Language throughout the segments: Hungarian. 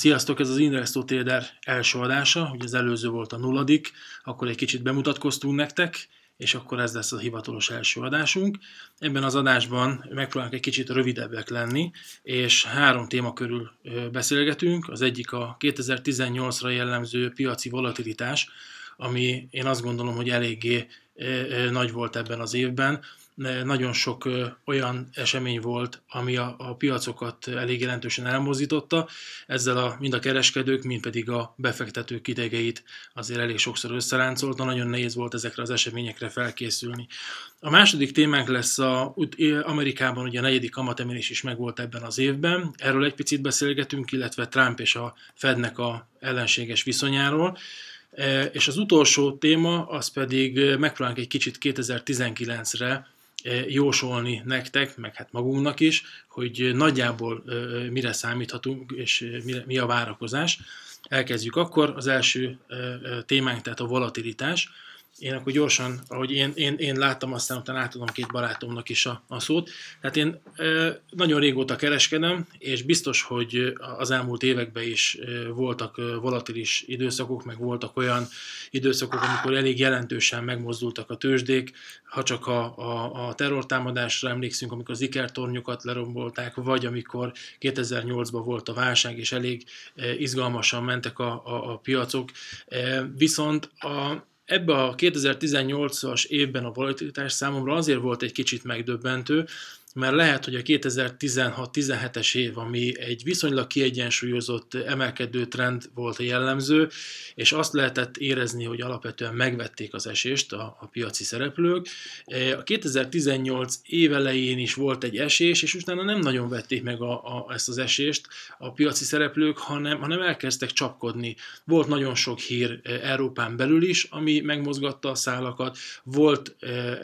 Sziasztok, ez az Investo Trader első adása, ugye az előző volt a nulladik, akkor egy kicsit bemutatkoztunk nektek, és akkor ez lesz a hivatalos első adásunk. Ebben az adásban megpróbálunk egy kicsit rövidebbek lenni, és 3 téma körül beszélgetünk. Az egyik a 2018-ra jellemző piaci volatilitás, ami én azt gondolom, hogy eléggé nagy volt ebben az évben. Nagyon sok olyan esemény volt, ami a piacokat elég jelentősen elmozdította, ezzel mind a kereskedők, mind pedig a befektetők idegeit azért elég sokszor összeráncolta, nagyon nehéz volt ezekre az eseményekre felkészülni. A második témánk lesz Amerikában ugye a 4. kamatemelés is megvolt ebben az évben, erről egy picit beszélgetünk, illetve Trump és a Fednek a ellenséges viszonyáról. És az utolsó téma, az pedig megpróbálunk egy kicsit 2019-re jósolni nektek, meg hát magunknak is, hogy nagyjából mire számíthatunk, és mi a várakozás. Elkezdjük akkor, az első témánk, tehát a volatilitás. Én akkor gyorsan, ahogy én láttam, aztán utána átadom 2 barátomnak is a szót. Tehát én nagyon régóta kereskedem, és biztos, hogy az elmúlt években is voltak volatilis időszakok, meg voltak olyan időszakok, amikor elég jelentősen megmozdultak a tőzsdék, ha csak a terrortámadásra emlékszünk, amikor az ikertornyokat lerombolták, vagy amikor 2008-ban volt a válság, és elég izgalmasan mentek a piacok. Viszont ebben a 2018-as évben a volatilitás számomra azért volt egy kicsit megdöbbentő, mert lehet, hogy a 2016-17-es év, ami egy viszonylag kiegyensúlyozott emelkedő trend volt a jellemző, és azt lehetett érezni, hogy alapvetően megvették az esést a piaci szereplők. A 2018 év elején is volt egy esés, és utána nem nagyon vették meg ezt az esést a piaci szereplők, hanem elkezdtek csapkodni. Volt nagyon sok hír Európán belül is, ami megmozgatta a szálakat. Volt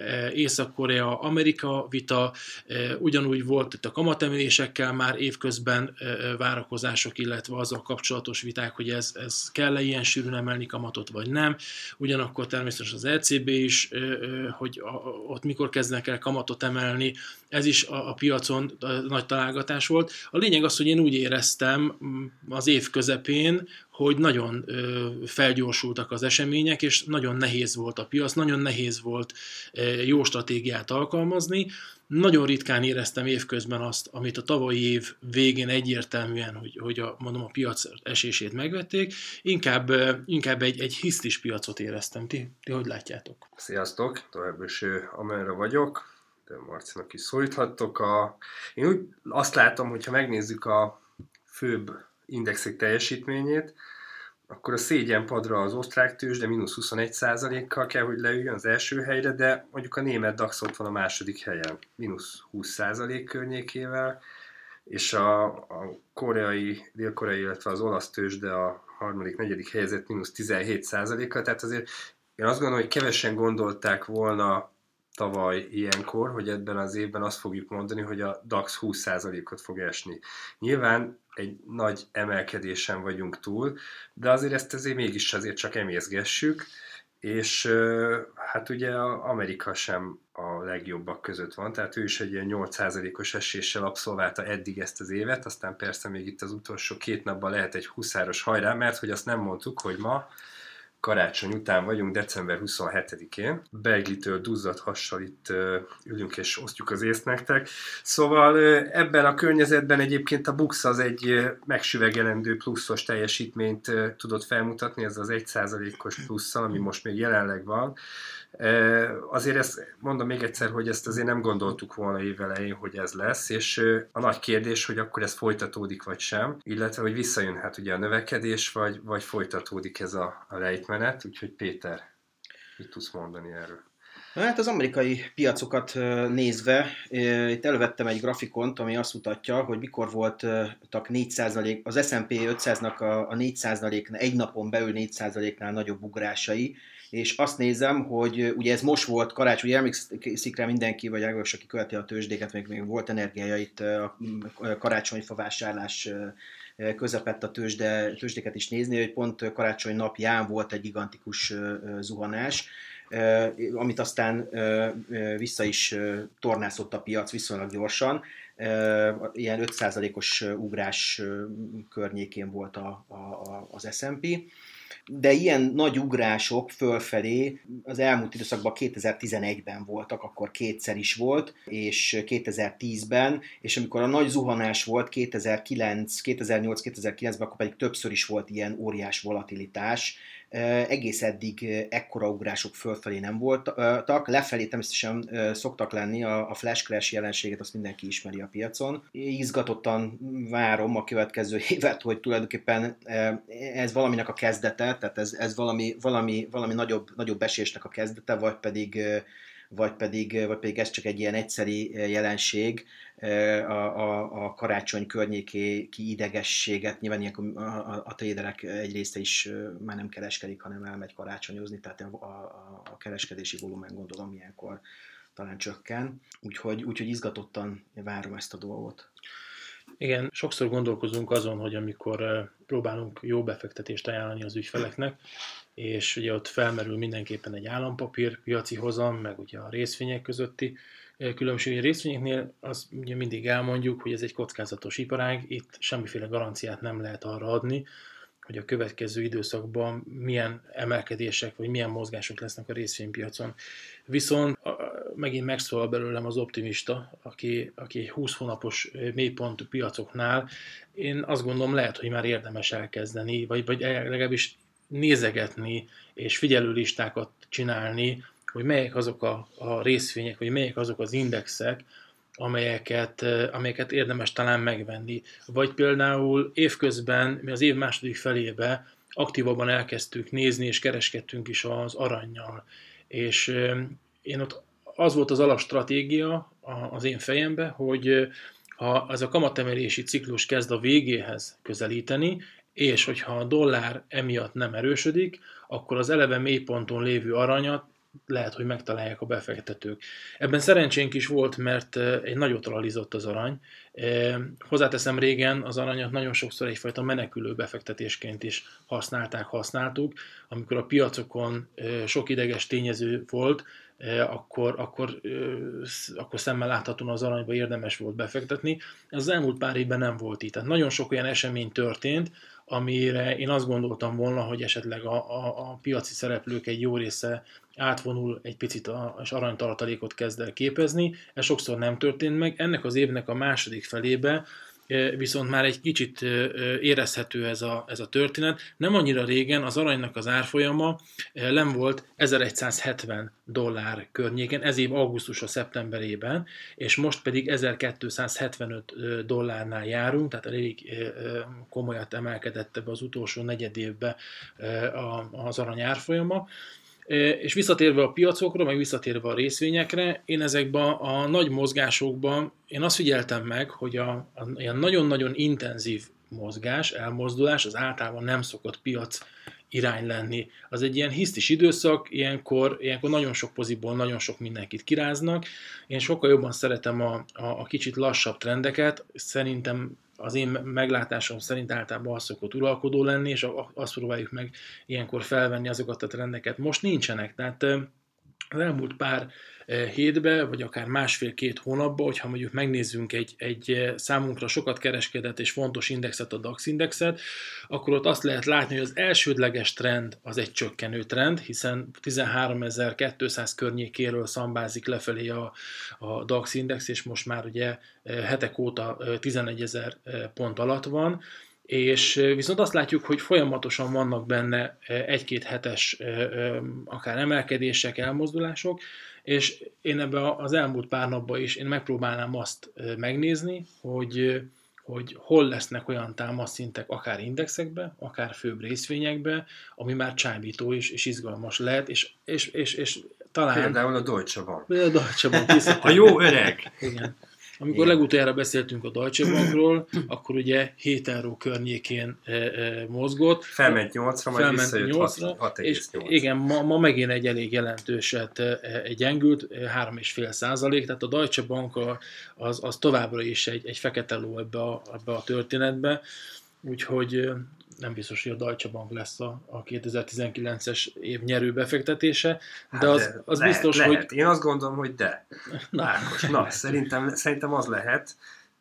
Észak-Korea-Amerika vita, ugyanúgy volt itt a kamatemelésekkel már évközben várakozások, illetve azzal kapcsolatos viták, hogy ez kell-e ilyen sűrűn emelni kamatot, vagy nem. Ugyanakkor természetesen az ECB is, hogy ott mikor kezdenek el kamatot emelni, ez is a piacon nagy találgatás volt. A lényeg az, hogy én úgy éreztem az év közepén, hogy nagyon felgyorsultak az események, és nagyon nehéz volt a piac, nagyon nehéz volt jó stratégiát alkalmazni. Nagyon ritkán éreztem évközben azt, amit a tavalyi év végén egyértelműen, hogy a piac esését megvették, inkább egy hisztis piacot éreztem. Ti hogy látjátok? Sziasztok, tovább is Amelra vagyok, de Marcinak is szólíthattok. Én úgy azt látom, hogyha megnézzük a főbb indexek teljesítményét, akkor a szégyenpadra az osztrák tőzsde mínusz 21%-kal kell, hogy leüljön az első helyre, de mondjuk a német DAX ott van a második helyen, mínusz 20% környékével, és a dél-koreai, illetve az olasz tőzsde a harmadik, negyedik helyezett mínusz 17%-kal, tehát azért én azt gondolom, hogy kevesen gondolták volna tavaly ilyenkor, hogy ebben az évben azt fogjuk mondani, hogy a DAX 20%-ot fog esni. Nyilván egy nagy emelkedésen vagyunk túl, de azért mégis csak emészgessük, és hát ugye Amerika sem a legjobbak között van, tehát ő is egy ilyen 8%-os eséssel abszolválta eddig ezt az évet, aztán persze még itt az utolsó 2 napban lehet egy huszáros hajrá, mert hogy azt nem mondtuk, hogy ma karácsony után vagyunk, december 27-én. Beiglitől duzzadt hassal itt ülünk és osztjuk az észt nektek. Szóval ebben a környezetben egyébként a Bux az egy megsüvegelendő pluszos teljesítményt tudott felmutatni, ez az 1%-os plusszal, ami most még jelenleg van. Azért ezt mondom még egyszer, hogy ezt azért nem gondoltuk volna évelején, hogy ez lesz, és a nagy kérdés, hogy akkor ez folytatódik vagy sem, illetve hogy visszajönhet ugye a növekedés, vagy folytatódik ez a lejtmenet, úgyhogy Péter, mit tudsz mondani erről? Hát az amerikai piacokat nézve, itt elővettem egy grafikont, ami azt mutatja, hogy mikor voltak 4%, az S&P 500-nak a 4%, egy napon belül 4%-nál nagyobb ugrásai, és azt nézem, hogy ugye ez most volt karácsony, emlékszik rá mindenki, vagy legalábbis aki követi a tőzsdéket, még volt energiája itt a karácsonyfa vásárlás közepett a tőzsdéket is nézni, hogy pont karácsony napján volt egy gigantikus zuhanás, amit aztán vissza is tornászott a piac viszonylag gyorsan, ilyen 5%-os ugrás környékén volt az S&P. De ilyen nagy ugrások fölfelé az elmúlt időszakban 2011-ben voltak, akkor kétszer is volt, és 2010-ben, és amikor a nagy zuhanás volt 2008-2009-ben, akkor pedig többször is volt ilyen óriás volatilitás. Egész eddig ekkora ugrások fölfelé nem voltak, lefelé természetesen szoktak lenni, a flash crash jelenséget azt mindenki ismeri a piacon. Izgatottan várom a következő évet, hogy tulajdonképpen ez valaminek a kezdete, tehát ez valami nagyobb esésnek a kezdete, vagy pedig ez csak egy ilyen egyszeri jelenség, a karácsony környéki idegességet, nyilván ilyenkor a traderek egy része is már nem kereskedik, hanem elmegy karácsonyozni, tehát a kereskedési volumen gondolom ilyenkor talán csökken, úgyhogy izgatottan várom ezt a dolgot. Igen, sokszor gondolkozunk azon, hogy amikor próbálunk jó befektetést ajánlani az ügyfeleknek, és ugye ott felmerül mindenképpen egy állampapír, piaci hozam, meg ugye a részvények közötti különbség. A részvényeknél azt ugye mindig elmondjuk, hogy ez egy kockázatos iparág, itt semmiféle garanciát nem lehet arra adni, hogy a következő időszakban milyen emelkedések, vagy milyen mozgások lesznek a részvénypiacon. Viszont megint megszólal belőlem az optimista, aki 20 hónapos mélypontú piacoknál, én azt gondolom lehet, hogy már érdemes elkezdeni, vagy legalábbis nézegetni, és figyelőlistákat csinálni, hogy melyek azok a részvények, vagy melyek azok az indexek, amelyeket érdemes talán megvenni. Vagy például évközben, mi az év második felébe aktívabban elkezdtük nézni, és kereskedtünk is az arannyal. És én ott az volt az alapstratégia az én fejemben, hogy ha ez a kamatemelési ciklus kezd a végéhez közelíteni, és hogyha a dollár emiatt nem erősödik, akkor az eleve mélyponton lévő aranyat lehet, hogy megtalálják a befektetők. Ebben szerencsénk is volt, mert egy nagyot rallizott az arany. Hozzáteszem, régen az aranyat nagyon sokszor egyfajta menekülő befektetésként is használtuk. Amikor a piacokon sok ideges tényező volt, akkor szemmel láthatóan az aranyba érdemes volt befektetni. Ez az elmúlt pár évben nem volt így. Tehát nagyon sok olyan esemény történt, amire én azt gondoltam volna, hogy esetleg a piaci szereplők egy jó része átvonul egy picit, és aranytartalékot kezd el képezni. Ez sokszor nem történt meg. Ennek az évnek a második felébe viszont már egy kicsit érezhető ez a történet. Nem annyira régen az aranynak az árfolyama nem volt $1170 környéken, ez év augusztus-a szeptemberében, és most pedig $1275 járunk, tehát elég komolyat emelkedett ebbe az utolsó negyed évbe az arany árfolyama. És visszatérve a piacokra, meg visszatérve a részvényekre, én ezekben a nagy mozgásokban én azt figyeltem meg, hogy a nagyon-nagyon intenzív mozgás, elmozdulás az általában nem szokott piac irány lenni. Az egy ilyen hisztis időszak, ilyenkor nagyon sok poziból nagyon sok mindenkit kiráznak. Én sokkal jobban szeretem a kicsit lassabb trendeket, szerintem az én meglátásom szerint általában az szokott uralkodó lenni, és azt próbáljuk meg ilyenkor felvenni azokat a trendeket. Most nincsenek, tehát az elmúlt pár hétben, vagy akár másfél-két hónapban, hogyha mondjuk megnézzünk egy számunkra sokat kereskedett és fontos indexet, a DAX indexet, akkor ott azt lehet látni, hogy az elsődleges trend az egy csökkenő trend, hiszen 13.200 környékéről szambázik lefelé a DAX index, és most már ugye hetek óta 11.000 pont alatt van, és viszont azt látjuk, hogy folyamatosan vannak benne egy-két hetes akár emelkedések, elmozdulások, és én ebben az elmúlt pár napban is én megpróbálnám azt megnézni, hogy hol lesznek olyan támaszszintek akár indexekbe, akár főbb részvényekbe, ami már csábító és izgalmas lehet, és talán... Például a Deutsche Bank. A Deutsche Bank a jó öreg! Igen. Amikor legutoljára beszéltünk a Deutsche Bankról, akkor ugye 7 euró környékén mozgott. Felment 8-ra, majd visszajött 6,8. Igen, ma megint egy elég jelentőset gyengült, 3,5%, tehát a Deutsche Bank az továbbra is egy fekete ló ebbe a történetbe, úgyhogy nem biztos, hogy a Deutsche Bank lesz a 2019-es év nyerő befektetése, de az lehet, biztos, lehet. hogy... Én azt gondolom, hogy de. Na, szerintem az lehet,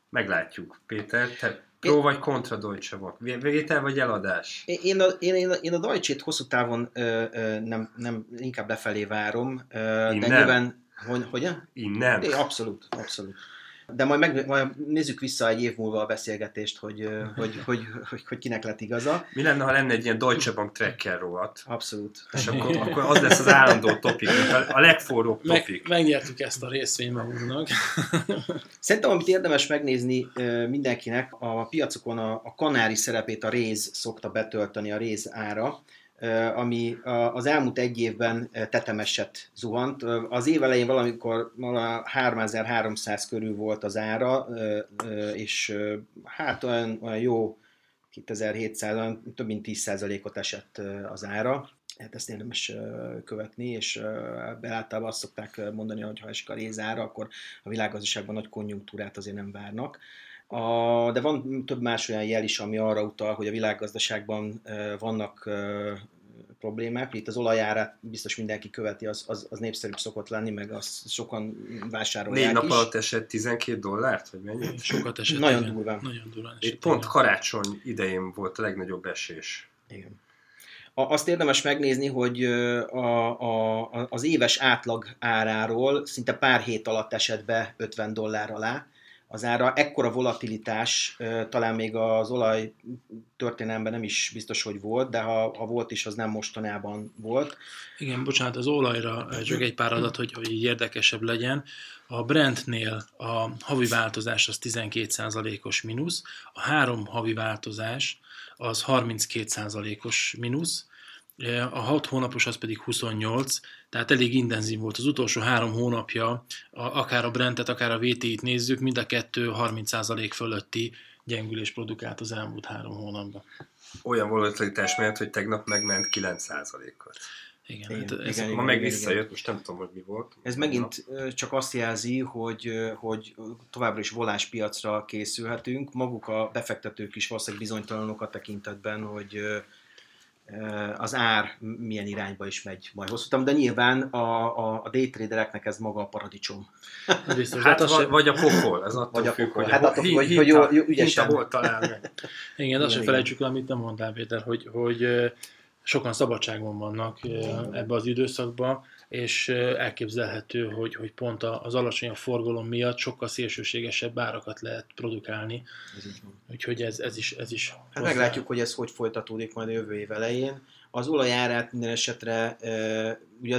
Meglátjuk. Péter, te pro vagy kontra Deutsche Bank? Vétel vagy eladás? Én a Deutsche-t hosszú távon nem inkább lefelé várom, de Innen? nyilván... Hogyan? Innen? Abszolút. De majd nézzük vissza egy év múlva a beszélgetést, hogy kinek lett igaza. Mi lenne, ha lenne egy ilyen Deutsche Bank tracker rovat? Abszolút. És akkor az lesz az állandó topik, a legforróbb topik. Megnyertük ezt a részvényt magunknak. Szerintem, amit érdemes megnézni mindenkinek, a piacokon a kanári szerepét a réz szokta betölteni, a réz ára, ami az elmúlt egy évben tetemeset zuhant. Az év elején valamikor 3300 körül volt az ára, és hát olyan jó 2700, több mint 10%-ot esett az ára. Hát ezt érdemes követni, és általában azt szokták mondani, hogy ha esik a rézára, akkor a világgazdaságban nagy konjunktúrát azért nem várnak. De van több más olyan jel is, ami arra utal, hogy a világgazdaságban vannak problémák. Itt az olajárát biztos mindenki követi, az népszerűbb szokott lenni, meg azt sokan vásárolják 4 nap is. alatt esett $12, vagy mennyi? Sokat esett. Nagyon durván. Itt pont karácsony idején volt a legnagyobb esés. Igen. Azt érdemes megnézni, hogy az éves átlag áráról szinte pár hét alatt esett be $50 alá. Az ára ekkora volatilitás talán még az olaj történelemben nem is biztos, hogy volt, de ha volt is, az nem mostanában volt. Igen, bocsánat, az olajra csak egy pár adat, hogy így érdekesebb legyen. A Brentnél a havi változás az 12%-os mínusz, a 3 havi változás az 32%-os mínusz, a 6 hónapos az pedig 28, tehát elég intenzív volt. Az utolsó 3 hónapja, akár a Brentet, akár a VTI-t nézzük, mind a kettő 30% fölötti gyengülés produkált az elmúlt 3 hónapban. Olyan volatilitás mellett, hogy tegnap megment 9%-ot. Igen, ma meg visszajött, most nem tudom, hogy mi volt. Ez megint csak azt jelzi, hogy továbbra is voláspiacra készülhetünk. Maguk a befektetők is valószínűleg bizonytalanok a tekintetben, hogy az ár milyen irányba is megy majd hosszú távon, de nyilván a daytradereknek ez maga a paradicsom. Vagy a pokol, ez attól függ, hogy hogy jó, ügyesen volt talán. Igen, azt sem felejtsük el, amit nem mondtál, Péter, hogy sokan szabadságon vannak ebbe az időszakban, és elképzelhető, hogy pont az alacsonyabb forgalom miatt sokkal szélsőségesebb árakat lehet produkálni. Úgyhogy ez is hát meglátjuk, hogy ez hogy folytatódik majd a jövő év elején. Az olajárát minden esetre, ugye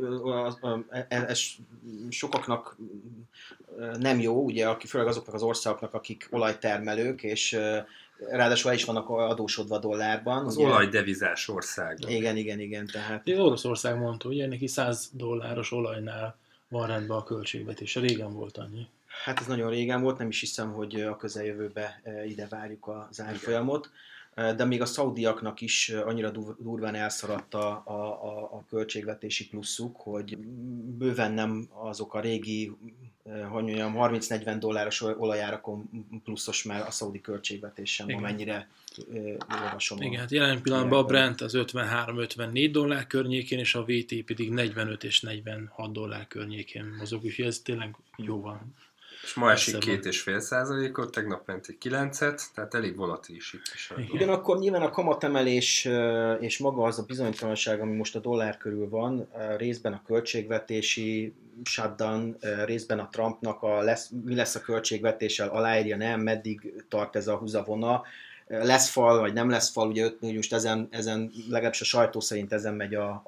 ez sokaknak nem jó, ugye, főleg azoknak az országoknak, akik olajtermelők, és ráadásul el is vannak adósodva dollárban. Az ugye? olajdevizás ország. Igen, tehát... Oroszország mondta, ugye neki $100 olajnál van rendben a költségvetése. Régen volt annyi. Hát ez nagyon régen volt, nem is hiszem, hogy a közeljövőben ide várjuk az árfolyamot. De még a szaudiaknak is annyira durván elszaradt a költségvetési pluszuk, hogy bőven nem azok a régi, hogy mondjam, $30-40 olajárakon pluszos már a szaudi költségvetés sem, amennyire olvasom. Igen, hát jelen pillanatban a Brent az $53-54 környékén, és a VT pedig $45 és $46 környékén mozog, úgyhogy ez tényleg jó van. És ma esik 2,5%-ot, tegnap ment egy 9-et, tehát elég volatilis itt is. Ugyanakkor nyilván a kamatemelés és maga az a bizonytalanság, ami most a dollár körül van, részben a költségvetési shutdown, részben a Trumpnak mi lesz a költségvetéssel, aláírja, nem, meddig tart ez a húzavona, lesz fal, vagy nem lesz fal, ugye most ezen legalábbis a sajtó szerint ezen megy a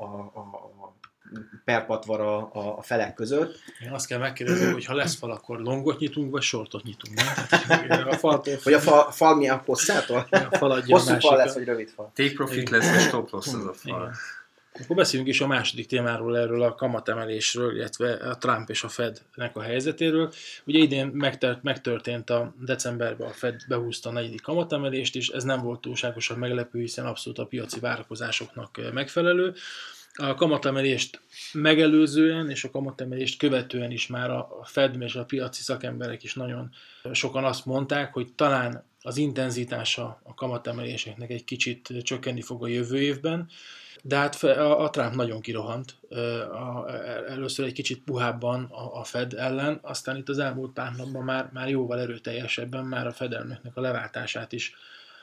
perpatvara a felek között. Én azt kell megkérdezni, hogy ha lesz fal, akkor longot nyitunk, vagy sortot nyitunk. Vagy a fal milyen hosszától? Hosszú fal lesz, vagy rövid fal? Take profit lesz, és stop loss az a fal. Igen. Akkor beszéljünk is a második témáról, erről a kamatemelésről, illetve a Trump és a Fednek a helyzetéről. Ugye idén megtörtént a decemberben, a Fed behúzta a 4. kamatemelést, és ez nem volt túlságosan meglepő, hiszen abszolút a piaci várakozásoknak megfelelő. A kamatemelést megelőzően és a kamatemelést követően is már a Fed és a piaci szakemberek is nagyon sokan azt mondták, hogy talán az intenzitása a kamatemeléseknek egy kicsit csökkenni fog a jövő évben, de hát a Trump nagyon kirohant. Először egy kicsit puhábban a Fed ellen, aztán itt az elmúlt pár napban már jóval erőteljesebben, már a Fed elnöknek a leváltását is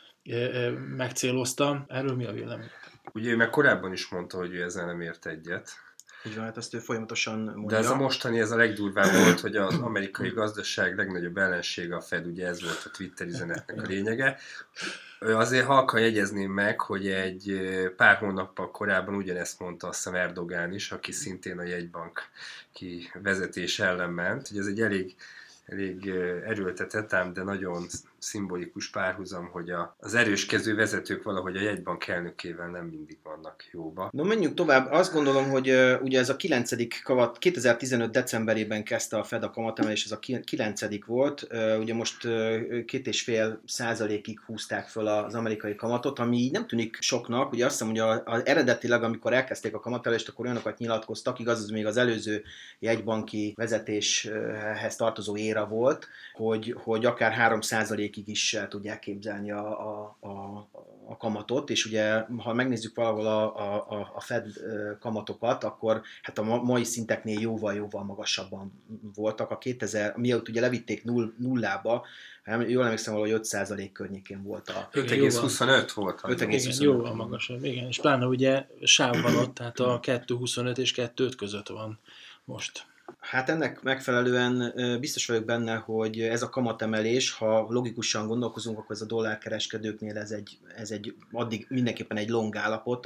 megcélozta. Erről mi a vélemény? Ugye ő meg korábban is mondta, hogy ő ezzel nem ért egyet. Így van, hát ezt ő folyamatosan mondja. De ez a mostani, ez a legdurvább volt, hogy az amerikai gazdaság legnagyobb ellensége a Fed, ugye ez volt a Twitter üzenetnek a lényege. Azért halkan jegyezném meg, hogy egy pár hónappal korábban ugyanezt mondta azt hiszem Erdogán is, aki szintén a jegybank vezetés ellen ment. Ugye ez egy elég erőltetett, ám de nagyon szimbolikus párhuzam, hogy az erőskező vezetők valahogy a jegybank elnökével nem mindig vannak jóba. No, menjünk tovább. Azt gondolom, hogy ugye ez a 9. kamat, 2015. decemberében kezdte a Fed a kamatemelés, ez a 9. volt. Ugye most 2,5%-ig húzták föl az amerikai kamatot, ami így nem tűnik soknak. Ugye azt hiszem, hogy az eredetileg, amikor elkezdték a kamatemelést, akkor olyanokat nyilatkoztak, igaz, az még az előző jegybanki vezetéshez tartozó éra volt, hogy akár 3%-ig is el tudják képzelni a kamatot, és ugye, ha megnézzük valahol a Fed kamatokat, akkor hát a mai szinteknél jóval magasabban voltak. Miatt ugye levitték nullába, jól emlékszem, valahogy 5% környékén volt a... 5,25 volt. 5,25 jóval magasabb, igen, és pláne ugye sávban ott, tehát a 2,25 és 2,5 között van most. Hát ennek megfelelően biztos vagyok benne, hogy ez a kamatemelés, ha logikusan gondolkozunk, akkor ez a dollárkereskedőknél ez egy addig mindenképpen egy long állapot,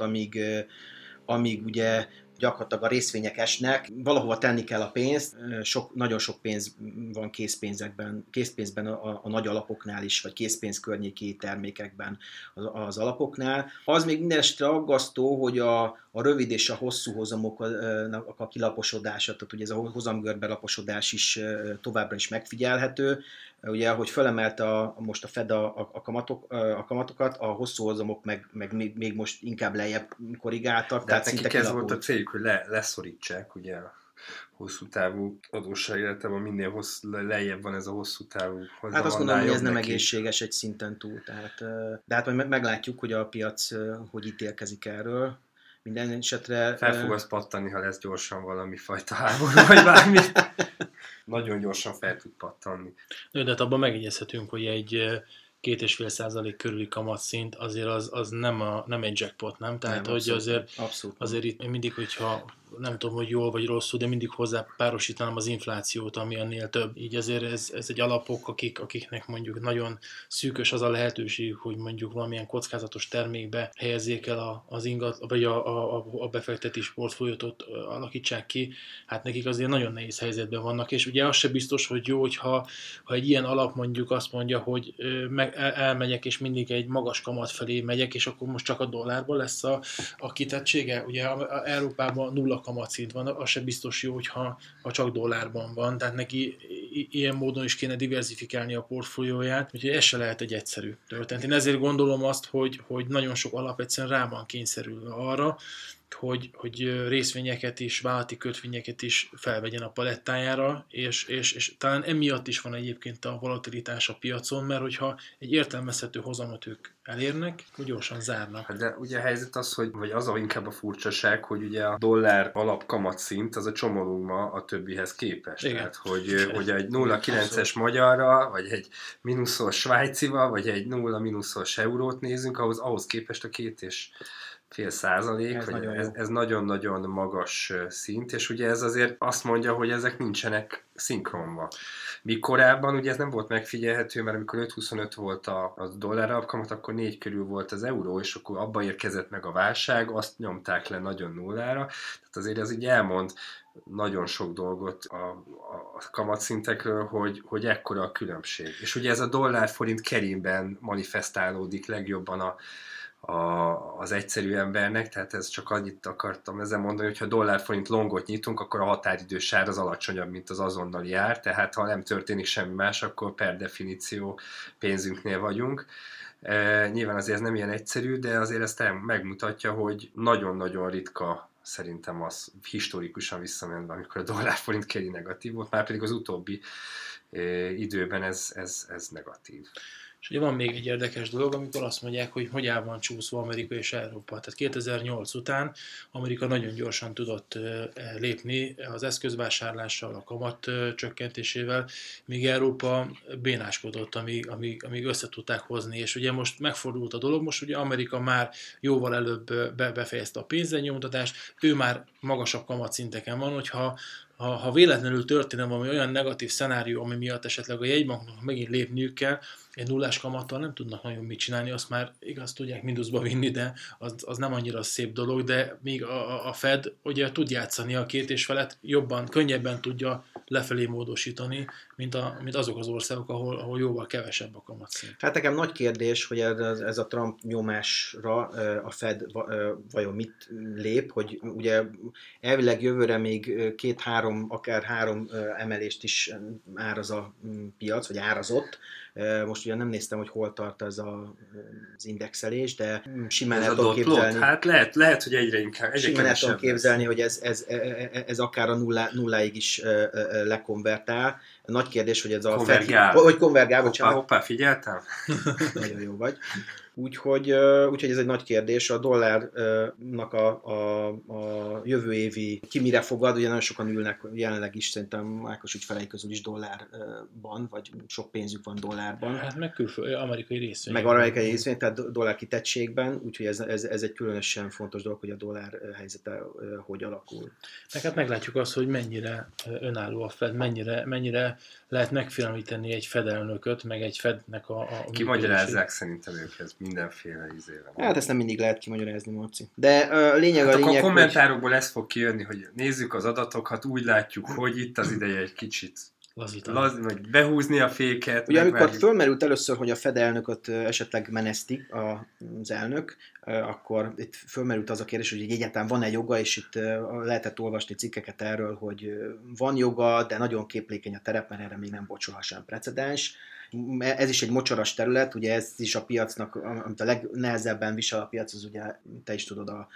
amíg ugye gyakorlatilag a részvények valahova tenni kell a pénzt, nagyon sok pénz van készpénzben a nagy alapoknál is, vagy készpénz környéki termékekben az alapoknál. Az még minden esetre aggasztó, hogy a rövid és a hosszú hozamoknak a kilaposodása, tehát ugye ez a hozamgörbe laposodás is továbbra is megfigyelhető. Ugye, ahogy felemelte most a Fed a kamatokat, a hosszú hozamok meg még most inkább lejjebb korrigáltak. De hát nekik ez volt a céljuk, hogy leszorítsák, ugye a hosszú távú adósságletben minél lejjebb van ez a hosszú távú hozam. Hát azt gondolom, hogy ez nem egészséges egy szinten túl. De hát majd meglátjuk, hogy a piac hogy ítélkezik erről. Minden esetre... Fel fog az pattani, ha lesz gyorsan valami fajta háború, vagy bármi. Nagyon gyorsan fel tud pattanni. De hát abban megegyezhetünk, hogy egy 2,5% körüli kamatszint azért az nem egy jackpot, nem? Tehát, nem, hogy abszolút. azért itt mindig, hogyha nem tudom, hogy jól vagy rosszul, de mindig hozzá párosítanám az inflációt, ami ennél több. Így azért ez egy alapok, akiknek mondjuk nagyon szűkös az a lehetőség, hogy mondjuk valamilyen kockázatos termékbe helyezzék el az ingat, vagy a befektetés portfóliót alakítsák ki, hát nekik azért nagyon nehéz helyzetben vannak, és ugye az se biztos, hogy jó, hogyha egy ilyen alap mondjuk azt mondja, hogy elmegyek, és mindig egy magas kamat felé megyek, és akkor most csak a dollárban lesz a kitettsége. Ugye Európában nulla kamatszint van, az se biztos jó, ha csak dollárban van, tehát neki ilyen módon is kéne diversifikálni a portfólióját, úgyhogy ez se lehet egy egyszerű történet. Én ezért gondolom azt, hogy nagyon sok alap egyszerűen rá van kényszerülve arra, hogy részvényeket is, vállalati kötvényeket is felvegyen a palettájára, és talán emiatt is van egyébként a volatilitás a piacon, mert hogyha egy értelmezhető hozamot ők elérnek, akkor gyorsan zárnak. De ugye a helyzet az, vagy az inkább a furcsaság, hogy ugye a dollár alapkamatszint az a csomólunkma a többihez képest. Igen. Tehát, hogy egy 0,9-es magyarra, vagy egy mínuszos svájcival, vagy egy 0 mínuszos eurót nézünk, ahhoz képest a 2,5%, ez nagyon-nagyon magas szint, és ugye ez azért azt mondja, hogy ezek nincsenek szinkronba. Míg korábban ugye ez nem volt megfigyelhető, mert amikor 5,25 volt a dollár alapkamat, akkor 4 körül volt az euró, és akkor abba érkezett meg a válság, azt nyomták le nagyon nullára. Tehát azért ez így elmond nagyon sok dolgot a kamatszintekről, hogy ekkora a különbség. És ugye ez a dollár-forint kerényben manifestálódik legjobban az egyszerű embernek, tehát ez csak annyit akartam ezzel mondani, hogy ha dollár-forint longot nyitunk, akkor a határidős ár az alacsonyabb, mint az azonnali ár, tehát ha nem történik semmi más, akkor per definíció pénzünknél vagyunk. Nyilván azért ez nem ilyen egyszerű, de azért ezt megmutatja, hogy nagyon-nagyon ritka szerintem az historikusan visszamenve, amikor a dollár-forint kerül negatív volt, már pedig az utóbbi időben ez negatív. És ugye van még egy érdekes dolog, amikor azt mondják, hogy el van csúszva Amerika és Európa. Tehát 2008 után Amerika nagyon gyorsan tudott lépni az eszközvásárlással, a kamat csökkentésével, míg Európa bénáskodott, amíg össze tudták hozni. És ugye most megfordult a dolog, most ugye Amerika már jóval előbb befejezte a pénznyomtatást, ő már magasabb kamatszinteken van, hogyha ha véletlenül történne valami olyan negatív szenárió, ami miatt esetleg a jegybanknak megint lépniük kell, egy nullás kamattal nem tudnak nagyon mit csinálni, azt már igaz tudják mínuszba vinni, de az nem annyira szép dolog, de még a Fed ugye tud játszani a 2,5 jobban, könnyebben tudja lefelé módosítani, mint azok az országok, ahol jóval kevesebb a kamatszint. Hát nekem nagy kérdés, hogy ez a Trump nyomásra a Fed vajon mit lép, hogy ugye elvileg jövőre még 2-3, akár 3 emelést is áraz a piac, vagy árazott. Most ugye nem néztem, hogy hol tart ez az indexelés, de simán el tudom képzelni. Hát lehet, hogy egyre inkább. Simán el tudom képzelni, hogy ez akár a nulláig is lekonvertál. Nagy kérdés, hogy ez a konvergál. Fed... Hogy konvergál, bocsánat. Hoppá, figyeltem? Nagyon jó vagy. Úgyhogy ez egy nagy kérdés. A dollárnak a jövő évi ki mire fogad, ugye nagyon sokan ülnek jelenleg is, szerintem Ákos ügyfelei közül is dollárban, vagy sok pénzük van dollárban. Hát meg amerikai részvény. Meg amerikai részvény, tehát dollár kitettségben, úgyhogy ez egy különösen fontos dolog, hogy a dollár helyzete hogy alakul. Hát meglátjuk azt, hogy mennyire önálló a Fed, mennyire lehet megfélemlíteni egy Fed elnököt, meg egy Fednek a kimagyarázzák szerintem őket mindenféle izével. Hát ezt nem mindig lehet kimagyarázni, Marci. De lényeg hát a lényeg, a kommentárokból hogy... ez fog kijönni, hogy nézzük az adatokat, úgy látjuk, hogy itt az ideje egy kicsit vagy behúzni a féket. Ugye amikor fölmerült először, hogy a Fed elnököt esetleg meneszti az elnök, akkor itt fölmerült az a kérdés, hogy egyáltalán van-e joga, és itt lehetett olvasni cikkeket erről, hogy van joga, de nagyon képlékeny a terep, mert erre még nem volt sohasem precedens. Ez is egy mocsaras terület, ugye ez is a piacnak, amit a legnehezebben visel a piac, az ugye, te is tudod, a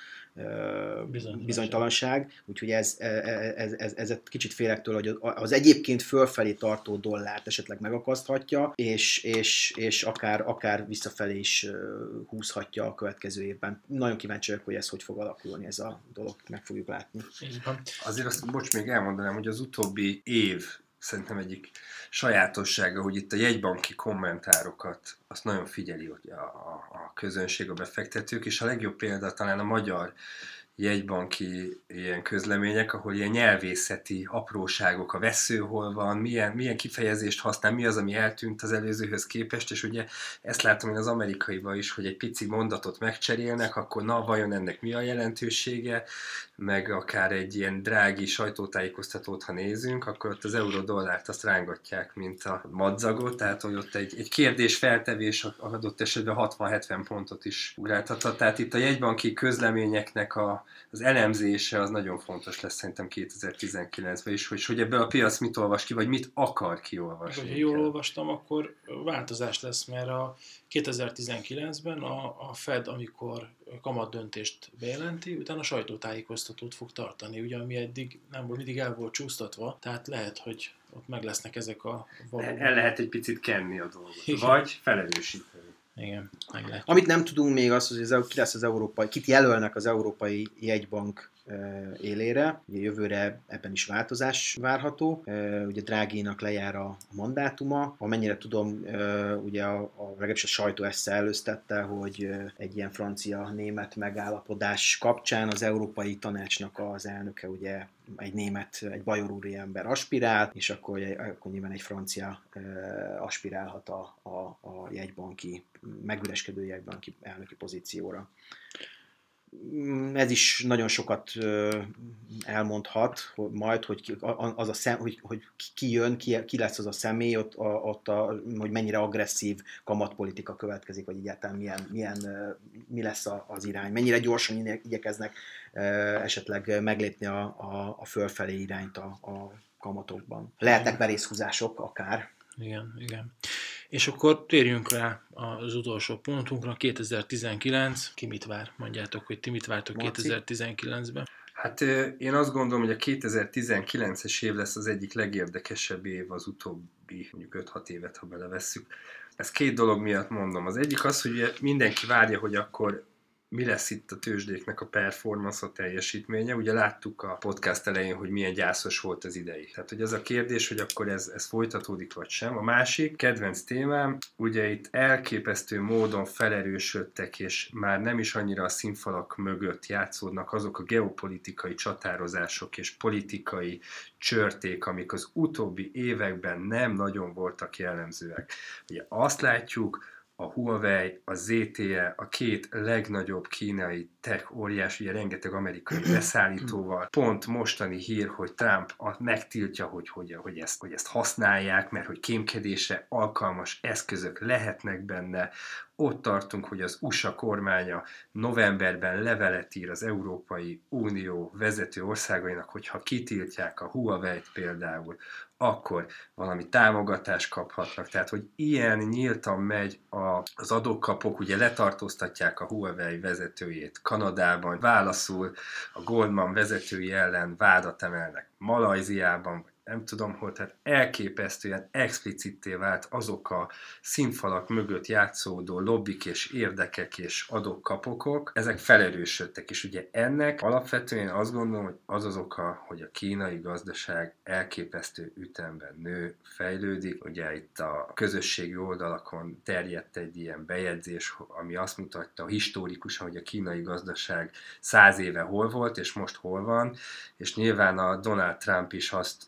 bizonytalanság, úgyhogy ez egy kicsit félek tőle, hogy az egyébként fölfelé tartó dollárt esetleg megakaszthatja, és akár visszafelé is húzhatja a következő évben. Nagyon kíváncsi vagyok, hogy ez hogy fog alakulni, ez a dolog, meg fogjuk látni. Azért azt, bocs, még elmondanám, hogy az utóbbi év szerintem egyik sajátossága, hogy itt a jegybanki kommentárokat azt nagyon figyeli a közönség, a befektetők, és a legjobb példa talán a magyar jegybanki ilyen közlemények, ahol ilyen nyelvészeti apróságok, a vesző hol van, milyen kifejezést használ, mi az, ami eltűnt az előzőhöz képest, és ugye ezt látom én az amerikaiban is, hogy egy pici mondatot megcserélnek, akkor na, vajon ennek mi a jelentősége, meg akár egy ilyen drági sajtótájékoztatót, ha nézünk, akkor ott az euró-dollárt azt rángatják, mint a madzagot, tehát hogy ott egy kérdés feltevés adott esetben 60-70 pontot is ugráltathat. Tehát itt a jegybanki közleményeknek az elemzése az nagyon fontos lesz szerintem 2019-ben is, hogy ebből a piac mit olvas ki, vagy mit akar kiolvasni. Ha jól olvastam, akkor változás lesz, mert a 2019-ben a Fed, amikor kamat döntést bejelenti, utána sajtótájékoztatót fog tartani, ugye, ami eddig nem volt, mindig el volt csúsztatva, tehát lehet, hogy ott meg lesznek ezek a valóban. El lehet egy picit kenni a dolgot, vagy felelősíteni. Igen, meglátjuk. Amit nem tudunk még az, hogy ki lesz az európai, kit jelölnek az Európai Jegybank élére. Ugye jövőre ebben is változás várható. Ugye Draghinak lejár a mandátuma. Amennyire tudom, ugye legalábbis a sajtó ezt előztette, hogy egy ilyen francia-német megállapodás kapcsán az Európai Tanácsnak az elnöke ugye egy bajor úriember aspirál, és akkor nyilván egy francia aspirálhat a jegybanki, megüreskedő jegybanki elnöki pozícióra. Ez is nagyon sokat elmondhat, hogy ki jön, ki lesz az a személy, hogy mennyire agresszív kamatpolitika következik, vagy egyáltalán mi lesz az irány, mennyire gyorsan igyekeznek esetleg meglépni a fölfelé irányt a kamatokban. Lehetnek merészhúzások akár. Igen. És akkor térjünk rá az utolsó pontunkra, 2019. Ki mit vár? Mondjátok, hogy ti mit vártok 2019-ben? Hát én azt gondolom, hogy a 2019-es év lesz az egyik legérdekesebb év az utóbbi mondjuk 5-6 évet, ha belevesszük. Ezt két dolog miatt mondom. Az egyik az, hogy mindenki várja, hogy akkor mi lesz itt a tőzsdéknek a performance, a teljesítménye. Ugye láttuk a podcast elején, hogy milyen gyászos volt az idei. Tehát, hogy az a kérdés, hogy akkor ez folytatódik vagy sem. A másik kedvenc témám, ugye itt elképesztő módon felerősödtek, és már nem is annyira a színfalak mögött játszódnak azok a geopolitikai csatározások és politikai csörték, amik az utóbbi években nem nagyon voltak jellemzőek. Ugye azt látjuk, a Huawei, a ZTE, a két legnagyobb kínai tech óriás, ugye rengeteg amerikai beszállítóval. Pont mostani hír, hogy Trump megtiltja, hogy ezt használják, mert hogy kémkedésre alkalmas eszközök lehetnek benne. Ott tartunk, hogy az USA kormánya novemberben levelet ír az Európai Unió vezető országainak, hogyha kitiltják a Huawei-t például, akkor valami támogatást kaphatnak. Tehát, hogy ilyen nyíltan megy az adókapok, ugye letartóztatják a Huawei vezetőjét Kanadában, válaszul a Goldman vezetői ellen vádat emelnek Malajziában, nem tudom hol, tehát elképesztően explicitté vált azok a színfalak mögött játszódó lobbik és érdekek és adókapokok, ezek felerősödtek, és ugye ennek alapvetően azt gondolom, hogy az oka, hogy a kínai gazdaság elképesztő ütemben nő, fejlődik. Ugye itt a közösségi oldalakon terjedt egy ilyen bejegyzés, ami azt mutatta historikusan, hogy a kínai gazdaság 100 éve hol volt, és most hol van, és nyilván a Donald Trump is azt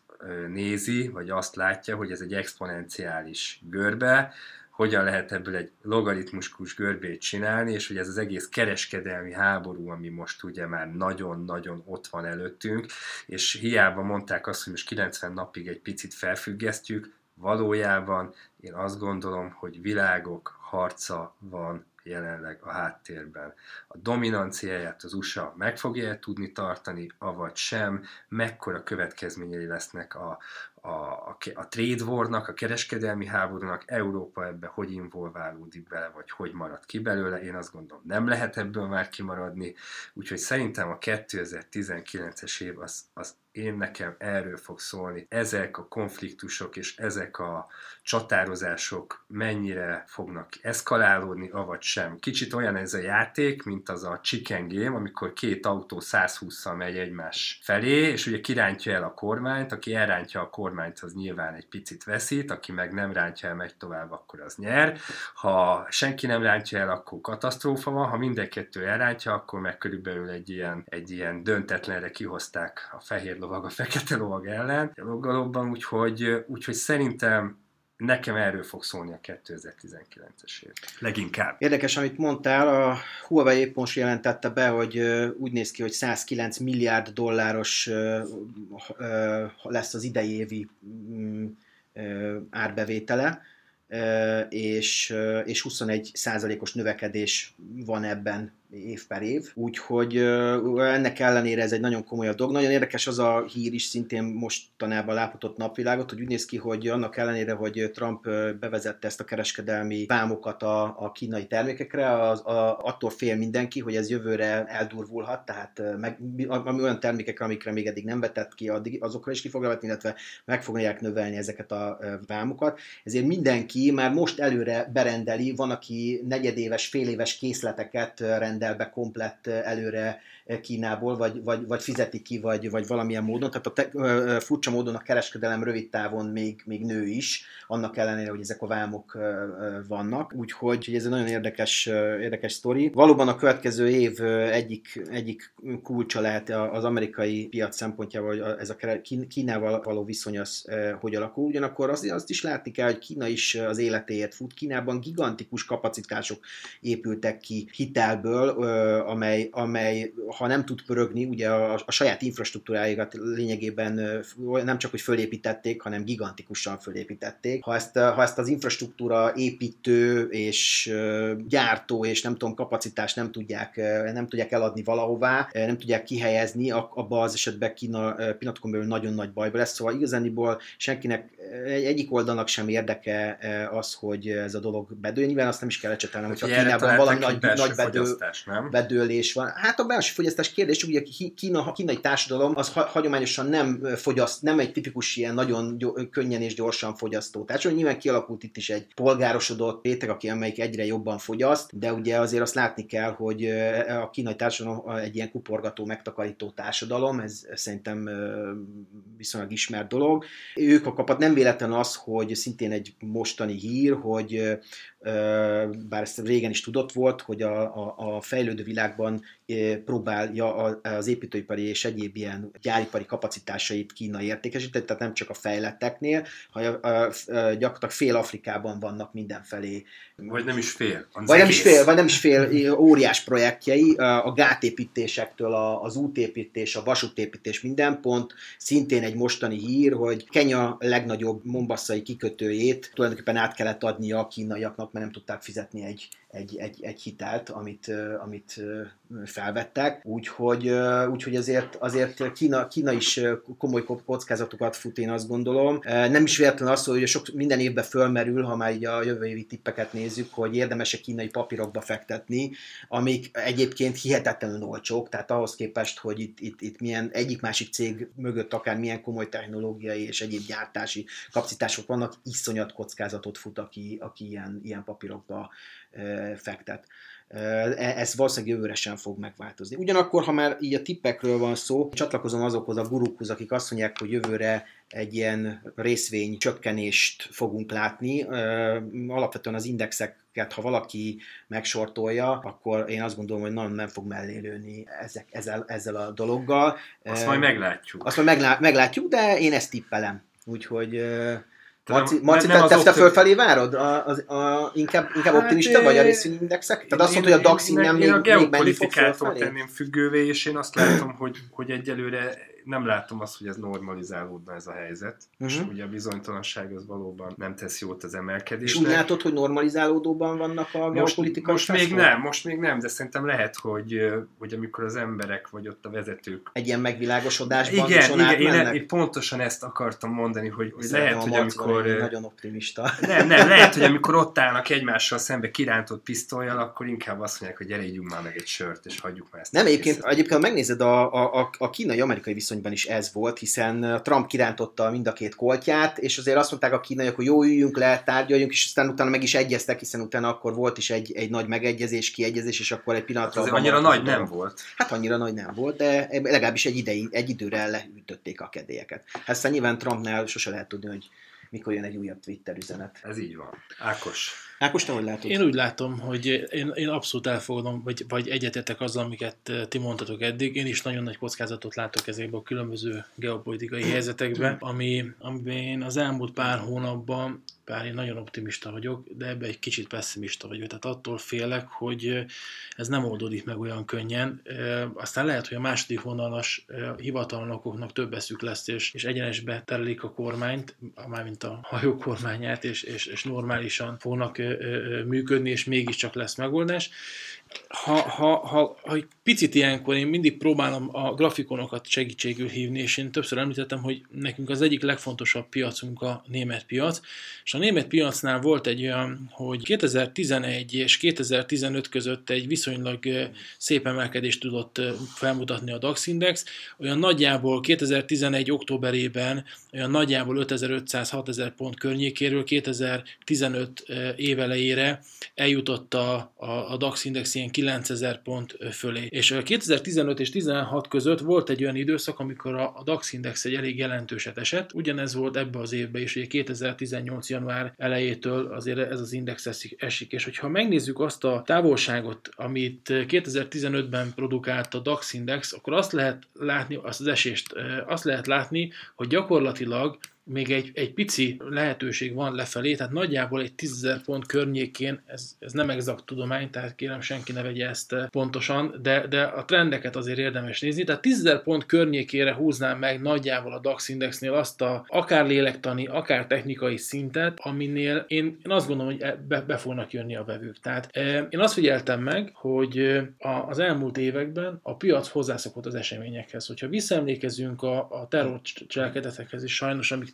nézi, vagy azt látja, hogy ez egy exponenciális görbe, hogyan lehet ebből egy logaritmikus görbét csinálni, és hogy ez az egész kereskedelmi háború, ami most ugye már nagyon-nagyon ott van előttünk, és hiába mondták azt, hogy most 90 napig egy picit felfüggesztjük, valójában én azt gondolom, hogy világok harca van jelenleg a háttérben. A dominanciáját az USA meg fogja tudni tartani, avagy sem, mekkora következményei lesznek a trade warnak, a kereskedelmi háborúnak, Európa ebbe hogy involválódik bele, vagy hogy marad ki belőle. Én azt gondolom, nem lehet ebből már kimaradni, úgyhogy szerintem a 2019-es év az nekem erről fog szólni. Ezek a konfliktusok és ezek a csatározások mennyire fognak eszkalálódni, avagy sem. Kicsit olyan ez a játék, mint az a chicken game, amikor két autó 120-szal megy egymás felé, és ugye kirántja el a kormányt, aki elrántja a kormányt, az nyilván egy picit veszít, aki meg nem rántja el, megy tovább, akkor az nyer. Ha senki nem rántja el, akkor katasztrófa van, ha mindenkettő elrántja, akkor meg körülbelül egy ilyen döntetlenre kihozták a fehér lovag a fekete lovag ellen a loggalobban, úgyhogy szerintem nekem erről fog szólni a 2019-es év. Leginkább. Érdekes, amit mondtál, a Huawei épp most jelentette be, hogy úgy néz ki, hogy 109 milliárd dolláros lesz az idei évi árbevétele, és 21%-os növekedés van ebben év per év. Úgyhogy ennek ellenére ez egy nagyon komoly dolog. Nagyon érdekes az a hír is, szintén mostanában látott napvilágot, hogy úgy néz ki, hogy annak ellenére, hogy Trump bevezette ezt a kereskedelmi vámokat a kínai termékekre, attól fél mindenki, hogy ez jövőre eldurvulhat, tehát ami olyan termékekre, amikre még eddig nem vetett ki, azokra is ki fogja vetni, illetve meg fogják növelni ezeket a vámokat. Ezért mindenki már most előre berendeli, van, aki negyedéves, féléves készleteket rendel be komplett előre Kínából, vagy fizeti ki, vagy valamilyen módon. Tehát furcsa módon a kereskedelem rövid távon még nő is, annak ellenére, hogy ezek a vámok vannak. Úgyhogy ez egy nagyon érdekes sztori. Valóban a következő év egyik kulcsa lehet az amerikai piac szempontjából, hogy ez a Kínával való viszony az hogy alakul. Ugyanakkor azt is látni kell, hogy Kína is az életéért fut. Kínában gigantikus kapacitások épültek ki hitelből, amely ha nem tud pörögni, ugye a saját infrastruktúráikat lényegében nem csak, hogy fölépítették, hanem gigantikusan fölépítették. Ha ezt az infrastruktúra építő és gyártó és nem tudom, kapacitást nem tudják eladni valahová, nem tudják kihelyezni, abban az esetben Kína pillanatokon belül nagyon nagy bajba lesz. Szóval igazániból senkinek egyik oldalnak sem érdeke az, hogy ez a dolog bedőljön. Nyilván azt nem is kell ecsetelnem, hogyha Erre Kínában valami találták nagy fogyasztás, nem? bedőlés van. Hát a belső fogyasztás kérdés, ugye a kínai társadalom az hagyományosan nem fogyaszt, nem egy tipikus ilyen nagyon könnyen és gyorsan fogyasztó társadalom. Nyilván kialakult itt is egy polgárosodott réteg, amelyik egyre jobban fogyaszt, de ugye azért azt látni kell, hogy a kínai társadalom egy ilyen kuporgató, megtakarító társadalom, ez szerintem viszonylag ismert dolog. Ők a kapat nem véletlen az, hogy szintén egy mostani hír, hogy bár ezt régen is tudott volt, hogy a fejlődő világban próbálja az építőipari és egyéb ilyen gyáripari kapacitásait Kína értékesíteni, tehát nem csak a fejletteknél, hanem gyakorlatilag fél Afrikában vannak mindenfelé. Vagy nem is fél. Vagy nem is fél óriás projektjei, a gátépítésektől az útépítés, a vasútépítés, minden pont. Szintén egy mostani hír, hogy Kenya legnagyobb mombasszai kikötőjét tulajdonképpen át kellett adnia a kínaiaknak, mert nem tudták fizetni egy hitelt, amit felvettek. Úgyhogy azért Kína is komoly kockázatokat fut, én azt gondolom. Nem is véletlen az, hogy minden évben fölmerül, ha már így a jövő évi tippeket nézzük, hogy érdemes-e kínai papírokba fektetni, amik egyébként hihetetlenül olcsók, tehát ahhoz képest, hogy itt milyen egyik-másik cég mögött akár milyen komoly technológiai és egyéb gyártási kapacitások vannak, iszonyat kockázatot fut, aki ilyen papírokba fektet. Ez valószínűleg jövőre sem fog megváltozni. Ugyanakkor, ha már így a tippekről van szó, csatlakozom azokhoz a gurukhoz, akik azt mondják, hogy jövőre egy ilyen részvény csökkenést fogunk látni. Alapvetően az indexeket, ha valaki megsortolja, akkor én azt gondolom, hogy nagyon nem fog mellé lőni ezzel a dologgal. Azt majd meglátjuk. Azt majd meglátjuk, de én ezt tippelem. Úgyhogy... Marci, te fölfelé várod? Inkább optimista vagy a részvényindexek? Tehát azt mondod, hogy a DAX nem még menni fog fölfelé? Tenném függővé, és én azt látom, hogy egyelőre nem látom azt, hogy ez normalizálódna ez a helyzet. És ugye a bizonytalanság az valóban nem tesz jót az emelkedésnek. És úgy látod, hogy normalizálódóban vannak a geopolitikai most még nem, de szerintem lehet, hogy amikor az emberek vagy ott a vezetők... Egy ilyen megvilágosodásban Igen, én pontosan ezt akartam mondani, hogy lehet, hogy amikor... Nagyon optimista. Nem, lehet, hogy amikor ott állnak egymással szembe kirántott pisztollyal, akkor inkább azt mondják, hogy gyere, ígyunk már meg egy sört, és hagyjuk már ezt. Nem, egyébként ha megnézed, a kínai-amerikai viszonyban is ez volt, hiszen Trump kirántotta mind a két koltját, és azért azt mondták a kínaiak, hogy jó, üljünk le, tárgyaljunk, és aztán utána meg is egyeztek, hiszen utána akkor volt is egy nagy megegyezés, kiegyezés, és akkor egy pillanatra... Hát annyira nagy nem volt. Hát annyira nagy nem volt, de legalábbis egy időre leütötték a kedélyeket. Aztán nyilván Trumpnál sose lehet tudni, hogy mikor jön egy újabb Twitter üzenet. Ez így van. Ákos, te hogy látod? Én úgy látom, hogy én abszolút elfogadom, vagy egyetértek azzal, amiket ti mondtatok eddig. Én is nagyon nagy kockázatot látok ezekben a különböző geopolitikai helyzetekben, amiben én az elmúlt pár hónapban, bár én nagyon optimista vagyok, de ebben egy kicsit pessimista vagyok. Tehát attól félek, hogy ez nem oldódik meg olyan könnyen. Aztán lehet, hogy a második vonalas hivatalnokoknak több eszük lesz, és egyenesbe terelik a kormányt, mármint a hajó kormányát, és normálisan fognak működni, és mégiscsak lesz megoldás. Ha egy picit ilyenkor én mindig próbálom a grafikonokat segítségül hívni, és én többször említettem, hogy nekünk az egyik legfontosabb piacunk a német piac, és a német piacnál volt egy olyan, hogy 2011 és 2015 között egy viszonylag szép emelkedést tudott felmutatni a DAX Index, olyan nagyjából 2011 októberében olyan nagyjából 5500-6000 pont környékéről 2015 évelejére eljutott a DAX Index ilyen 9000 pont fölé. És 2015 és 16 között volt egy olyan időszak, amikor a DAX Index egy elég jelentőset esett. Ugyanez volt ebbe az évben is, ugye 2018 január elejétől azért ez az index esik. És hogyha megnézzük azt a távolságot, amit 2015-ben produkált a DAX Index, akkor azt lehet látni, azt az esést, azt lehet látni, hogy gyakorlatilag még egy pici lehetőség van lefelé, tehát nagyjából egy 10.000 pont környékén, ez nem exakt tudomány, tehát kérem senki ne vegye ezt pontosan, de a trendeket azért érdemes nézni, tehát 10.000 pont környékére húznám meg nagyjából a DAX Indexnél azt a akár lélektani, akár technikai szintet, aminél én azt gondolom, hogy be fognak jönni a vevők. Tehát én azt figyeltem meg, hogy az elmúlt években a piac hozzászokott az eseményekhez. Hogyha visszaemlékezünk a terrorcselekedetekhez is sajnos, amik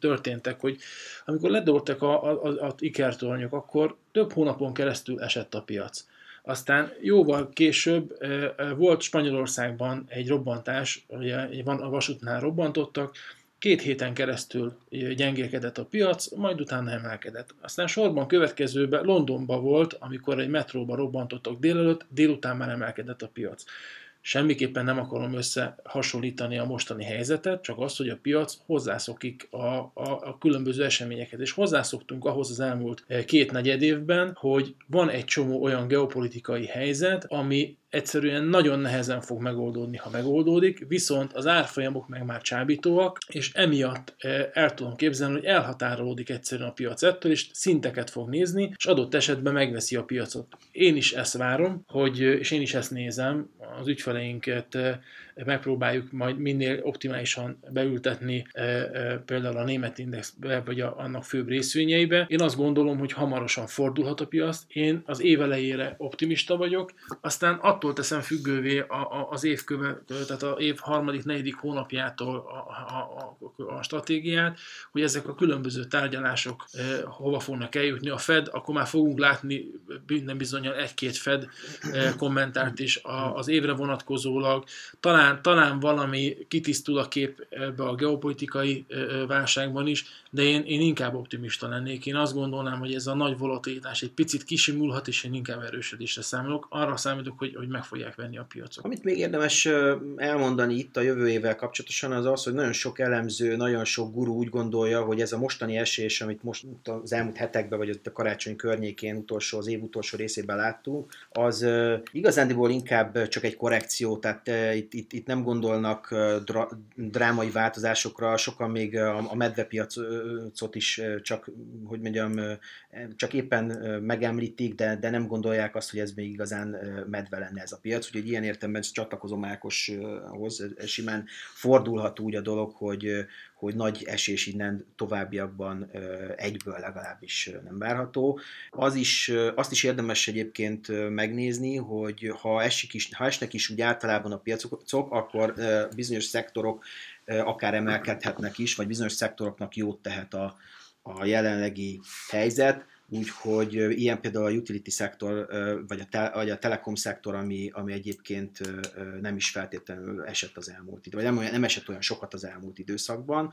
történtek, hogy amikor ledoltak az ikertornyok, akkor több hónapon keresztül esett a piac. Aztán jóval később volt Spanyolországban egy robbantás, ugye a vasútnál robbantottak, 2 héten keresztül gyengélkedett a piac, majd utána emelkedett. Aztán sorban következőben Londonban volt, amikor egy metróba robbantottak délelőtt, délután már emelkedett a piac. Semmiképpen nem akarom összehasonlítani a mostani helyzetet, csak azt, hogy a piac hozzászokik a különböző eseményekhez. És hozzászoktunk ahhoz az elmúlt 2 negyed évben, hogy van egy csomó olyan geopolitikai helyzet, ami egyszerűen nagyon nehezen fog megoldódni, ha megoldódik, viszont az árfolyamok meg már csábítóak, és emiatt el tudom képzelni, hogy elhatárolódik egyszerűen a piac ettől, és szinteket fog nézni, és adott esetben megveszi a piacot. Én is ezt várom, és én is ezt nézem, az ügyfeleinket megpróbáljuk majd minél optimálisan beültetni például a német indexbe, vagy annak főbb részvényeibe. Én azt gondolom, hogy hamarosan fordulhat a piac. Én az év elejére optimista vagyok, aztán attól teszem függővé az tehát az év 3.-4. hónapjától a stratégiát, hogy ezek a különböző tárgyalások hova fognak eljutni. A Fed, akkor már fogunk látni minden bizonnyal 1-2 Fed kommentárt is az évre vonatkozólag. Talán valami kitisztul a kép ebbe a geopolitikai válságban is, de én inkább optimista lennék. Én azt gondolnám, hogy ez a nagy volatilitás egy picit kisimulhat, és én inkább erősödésre számolok. Arra számítok, hogy meg fogják venni a piacot. Amit még érdemes elmondani itt a jövő évvel kapcsolatosan, az az, hogy nagyon sok elemző, nagyon sok guru úgy gondolja, hogy ez a mostani esés, amit most az elmúlt hetekben, vagy a karácsony környékén az év utolsó részében láttunk, az igazándiból inkább csak egy korrekció, tehát itt nem gondolnak drámai változásokra, sokan még a medvepiacot is csak, hogy mondjam, csak éppen megemlítik, de nem gondolják azt, hogy ez még igazán medve lenne ez a piac. Úgyhogy ilyen értelemben csatlakozom Ákoshoz, simán fordulhat úgy a dolog, hogy nagy esés innen továbbiakban egyből legalábbis nem várható. Azt is érdemes egyébként megnézni, hogy ha esnek is úgy általában a piacok, akkor bizonyos szektorok akár emelkedhetnek is, vagy bizonyos szektoroknak jót tehet a jelenlegi helyzet. Úgyhogy ilyen például a utility szektor, vagy a telekom szektor, ami egyébként nem is feltétlenül esett az elmúlt időszakban, vagy nem esett olyan sokat az elmúlt időszakban.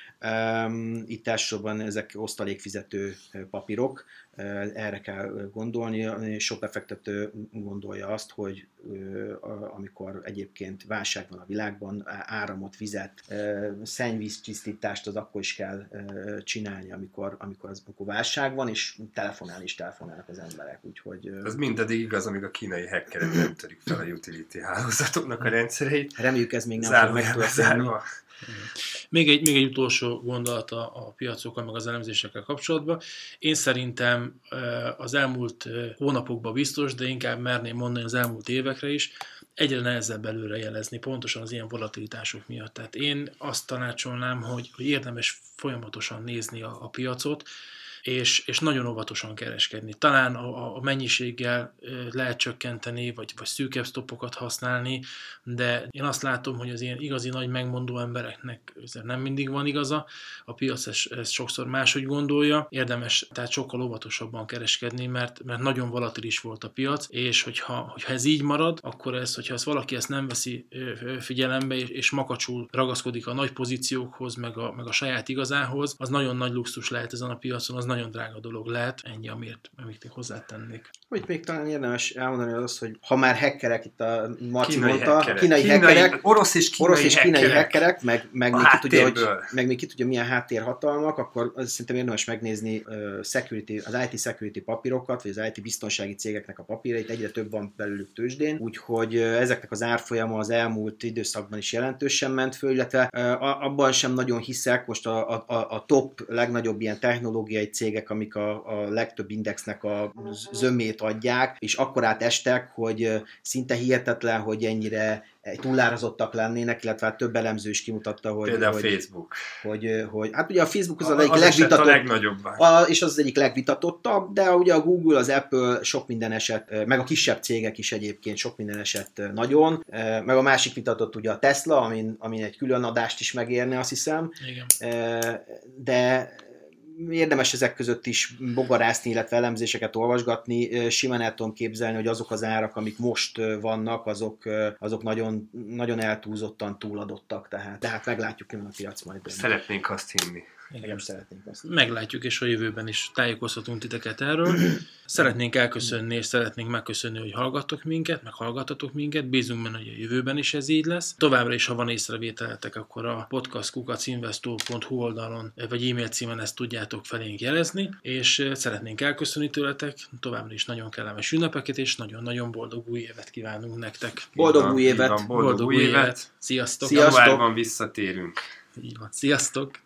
Itt elsősorban ezek osztalékfizető papírok, erre kell gondolni. Sok befektető gondolja azt, hogy amikor egyébként válság van a világban, áramot, vizet, szennyvíztisztítást az akkor is kell csinálni, amikor válság van, és telefonálnak az emberek. Úgyhogy, ez mindaddig igaz, amíg a kínai hackerek nem törik fel a utility hálózatoknak a rendszereit. Reméljük ez még nem fog megtörténni. Még egy utolsó gondolat a piacokkal, meg az elemzésekkel kapcsolatban. Én szerintem az elmúlt hónapokban biztos, de inkább merném mondani az elmúlt évekre is, egyre nehezebb előre jelezni, pontosan az ilyen volatilitások miatt. Tehát én azt tanácsolnám, hogy érdemes folyamatosan nézni a piacot, és nagyon óvatosan kereskedni. Talán a mennyiséggel lehet csökkenteni, vagy szűkebb stoppokat használni, de én azt látom, hogy az ilyen igazi nagy megmondó embereknek nem mindig van igaza, a piac ezt sokszor máshogy gondolja, érdemes tehát sokkal óvatosabban kereskedni, mert nagyon volatilis volt a piac, és hogyha ez így marad, akkor hogyha valaki ezt nem veszi figyelembe, és makacsul ragaszkodik a nagy pozíciókhoz, meg a saját igazához, az nagyon nagy luxus lehet ezen a piacon, az nagyon drága dolog lehet, ennyi, amit hozzátennék. Amit még talán érdemes elmondani az, hogy ha már hackerek, itt a Marci mondta, kínai hackerek, orosz és kínai hackerek, meg még ki tudja milyen háttérhatalmak, akkor szerintem érdemes megnézni az IT security papírokat, vagy az IT biztonsági cégeknek a papírait, egyre több van belőlük tőzsdén, úgyhogy ezeknek az árfolyama az elmúlt időszakban is jelentősen ment föl, illetve abban sem nagyon hiszek, most a top legnagyobb ilyen technológiai cégek, amik a legtöbb indexnek a zömét adják, és akkorát estek, hogy szinte hihetetlen, hogy ennyire túlárazottak lennének, illetve hát több elemző is kimutatta, hogy... Például a Facebook. Hát ugye a Facebook az az legvitatottabb. A legnagyobb. És az egyik legvitatottabb, de ugye a Google, az Apple sok minden eset, meg a kisebb cégek is egyébként sok minden eset nagyon, meg a másik vitatott ugye a Tesla, amin egy külön adást is megérne, azt hiszem. Igen. De érdemes ezek között is bogarászni, illetve elemzéseket olvasgatni. Simán el tudom képzelni, hogy azok az árak, amik most vannak, azok nagyon, nagyon eltúlzottan túladottak. De hát meglátjuk, hogy a piac majd. Szeretnénk azt hinni. Nem szeretnénk azt. Meglátjuk, és a jövőben is tájékoztatunk titeket erről. Szeretnénk elköszönni, és szeretnénk megköszönni, hogy hallgattok minket, meg hallgatatok minket. Bízunk benne, hogy a jövőben is ez így lesz. Továbbra is, ha van észrevételetek, akkor a podcast@investor.hu oldalon, vagy e-mail címen ezt tudjátok felénk jelezni, és szeretnénk elköszönni tőletek. Továbbra is nagyon kellemes ünnepeket, és nagyon-nagyon boldog új évet kívánunk nektek. Boldog új évet! Boldog új évet! Sziasztok! Sziasztok! Januárban visszatérünk. Így van. Sziasztok!